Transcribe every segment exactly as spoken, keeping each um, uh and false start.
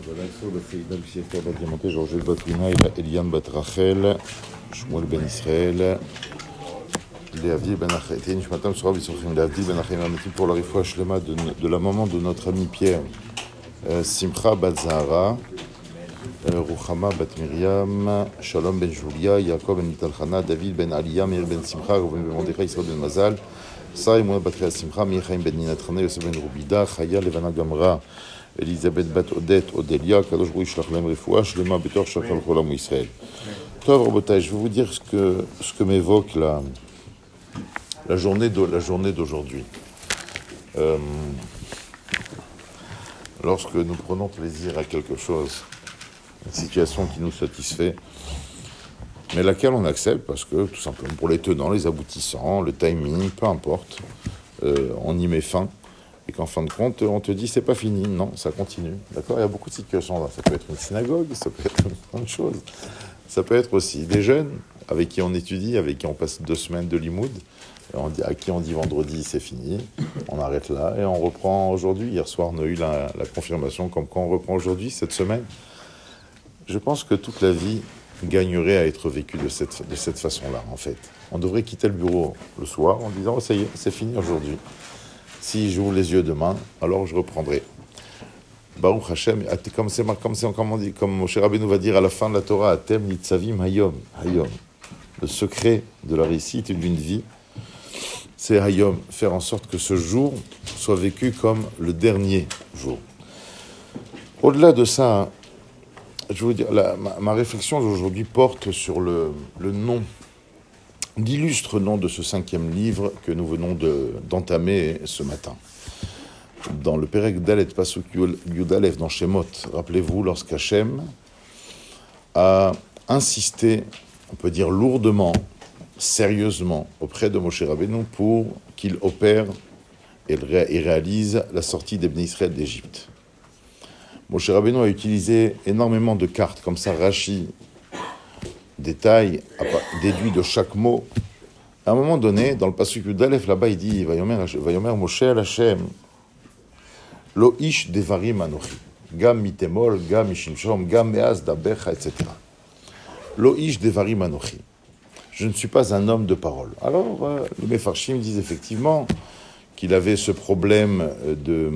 Sur le Seïda B'Siaster Bat Diamanté, Georges Batrina, Elian Bat Rachel, Shmuel Ben Israël, Léavi Ben Achai. Tien Shmatam Sora B'Sorchim, Léavi Ben Achai, merci pour la réfoua shlema de, de la maman de notre ami Pierre, euh, Simcha Bat Zahara, euh, Ruchama Bat Miriam, Shalom Ben Julia, Yaakov Ben Talchana, David Ben Aliyah, Meir Ben Simcha, Reuven Ben Mordechai, Israël Ben Mazal, Saï Mouna Batria Simcha, Michaim Ben Ninatrana, Yosef Ben Rubida, Chaya Levana Gamra, Elisabeth Bat Odette, Odélia, Kadosh Brouy Shlachlem Refoua, Shlema Betor Shachal Cholam Israël. Tov Rabotai, je vais vous dire ce que, ce que m'évoque la, la, journée de, la journée d'aujourd'hui. Euh, lorsque nous prenons plaisir à quelque chose, une situation qui nous satisfait, mais laquelle on accepte parce que, tout simplement, pour les tenants, les aboutissants, le timing, peu importe, euh, on y met fin. Et qu'en fin de compte, on te dit, c'est pas fini. Non, ça continue. D'accord ? Il y a beaucoup de situations là. Ça peut être une synagogue, ça peut être plein de choses. Ça peut être aussi des jeunes avec qui on étudie, avec qui on passe deux semaines de limoud, à qui on dit vendredi, c'est fini. On arrête là et on reprend aujourd'hui. Hier soir, on a eu la, la confirmation comme quoi on reprend aujourd'hui, cette semaine. Je pense que toute la vie gagnerait à être vécue de cette, de cette façon-là, en fait. On devrait quitter le bureau le soir en disant, oh, ça y est, c'est fini aujourd'hui. Si j'ouvre les yeux demain, alors je reprendrai. Baruch Hashem, comme c'est comme c'est comme on dit, comme Moshe Rabbeinu va dire à la fin de la Torah, Atem nitzavim hayom, hayom. Le secret de la réussite d'une vie, c'est hayom, faire en sorte que ce jour soit vécu comme le dernier jour. Au-delà de ça, je veux dire, la, ma, ma réflexion d'aujourd'hui porte sur le, le nom. L'illustre nom de ce cinquième livre que nous venons de, d'entamer ce matin. Dans le Perek Dalet Pasuk Yud Aleph dans Shemot, rappelez-vous, lorsqu'Hachem a insisté, on peut dire lourdement, sérieusement, auprès de Moshe Rabbeinu pour qu'il opère et réalise la sortie des Bnei Israël d'Égypte. Moshe Rabbeinu a utilisé énormément de cartes, comme ça Rashi détail déduit de chaque mot. À un moment donné, dans le pasuk Yud Aleph, là-bas, il dit Vayomer Moshe al Hashem Lo ish devarim anochi Gam mitemol, gam mishimshom, gam meaz dabecha, et cetera. Lo ish devarim anochi. Je ne suis pas un homme de parole. Alors, euh, les Mefarshim disent effectivement qu'il avait ce problème de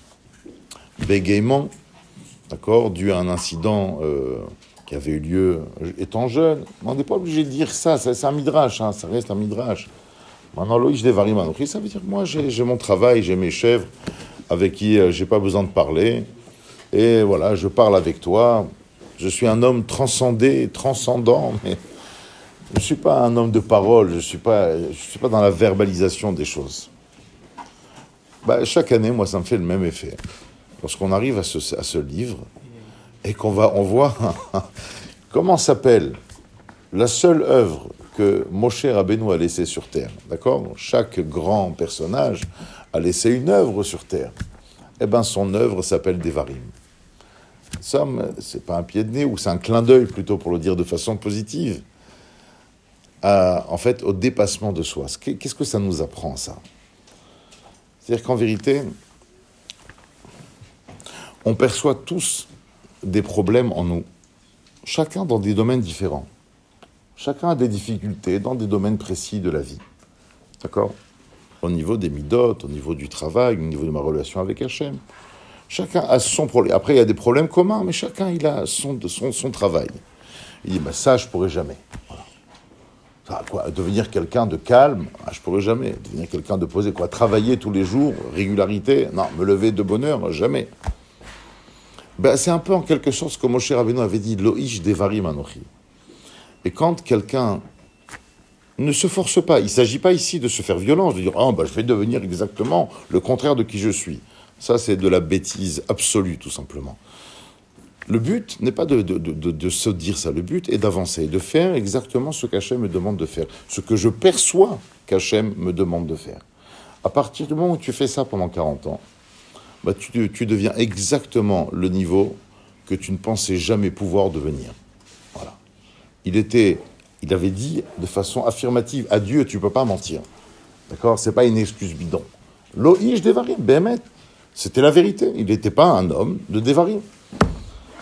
bégaiement, d'accord, dû à un incident euh, qui avait eu lieu étant jeune. On n'est pas obligé de dire ça, ça c'est un midrash, hein, ça reste un midrash. Maintenant, loïch devarim anochi, ça veut dire que moi j'ai, j'ai mon travail, j'ai mes chèvres avec qui euh, j'ai pas besoin de parler, et voilà, je parle avec toi. Je suis un homme transcendé, transcendant, mais je suis pas un homme de parole, je suis pas, je suis pas dans la verbalisation des choses. Bah, chaque année, moi, ça me fait le même effet. Lorsqu'on arrive à ce, à ce livre, et qu'on va, on voit comment s'appelle la seule œuvre que Moshe Rabbeinu a laissée sur terre, d'accord ? Chaque grand personnage a laissé une œuvre sur terre. Eh bien, son œuvre s'appelle Devarim. Ça, c'est pas un pied de nez, ou c'est un clin d'œil, plutôt, pour le dire de façon positive, à, en fait, au dépassement de soi. Qu'est-ce que ça nous apprend, ça ? C'est-à-dire qu'en vérité, on perçoit tous des problèmes en nous, chacun dans des domaines différents. Chacun a des difficultés dans des domaines précis de la vie. D'accord ? Au niveau des midot, au niveau du travail, au niveau de ma relation avec Hachem. Chacun a son problème. Après, il y a des problèmes communs, mais chacun il a son, son, son travail. Il dit, bah, ça, je ne pourrai jamais. Voilà. Ça, quoi, devenir quelqu'un de calme, ah, je ne pourrai jamais. Devenir quelqu'un de posé, quoi, travailler tous les jours, régularité, non, me lever de bonne heure, jamais. Ben, c'est un peu en quelque sorte ce que Moshe Rabbeinu avait dit, Loïch devarim anochi. Et quand quelqu'un ne se force pas, il ne s'agit pas ici de se faire violence, de dire oh, ben, je vais devenir exactement le contraire de qui je suis. Ça, c'est de la bêtise absolue, tout simplement. Le but n'est pas de, de, de, de se dire ça, le but est d'avancer, de faire exactement ce qu'Hachem me demande de faire, ce que je perçois qu'Hachem me demande de faire. À partir du moment où tu fais ça pendant quarante ans, bah, tu, tu deviens exactement le niveau que tu ne pensais jamais pouvoir devenir. Voilà. Il était, il avait dit de façon affirmative à Dieu, tu ne peux pas mentir. D'accord ? C'est pas une excuse bidon. Loïch devarim, bémet. C'était la vérité. Il n'était pas un homme de devarim.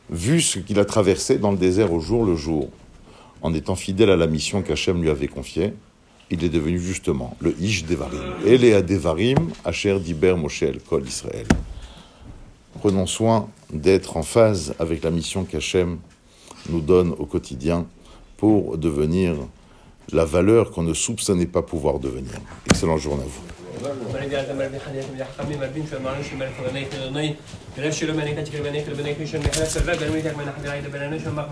vu ce qu'il a traversé dans le désert au jour le jour, en étant fidèle à la mission qu'Hachem lui avait confiée, il est devenu justement le Ish Devarim. Ele Devarim, Asher Diber Moshe El Kol Israël. Prenons soin d'être en phase avec la mission qu'Hachem nous donne au quotidien pour devenir la valeur qu'on ne soupçonnait pas pouvoir devenir. Excellente journée à vous.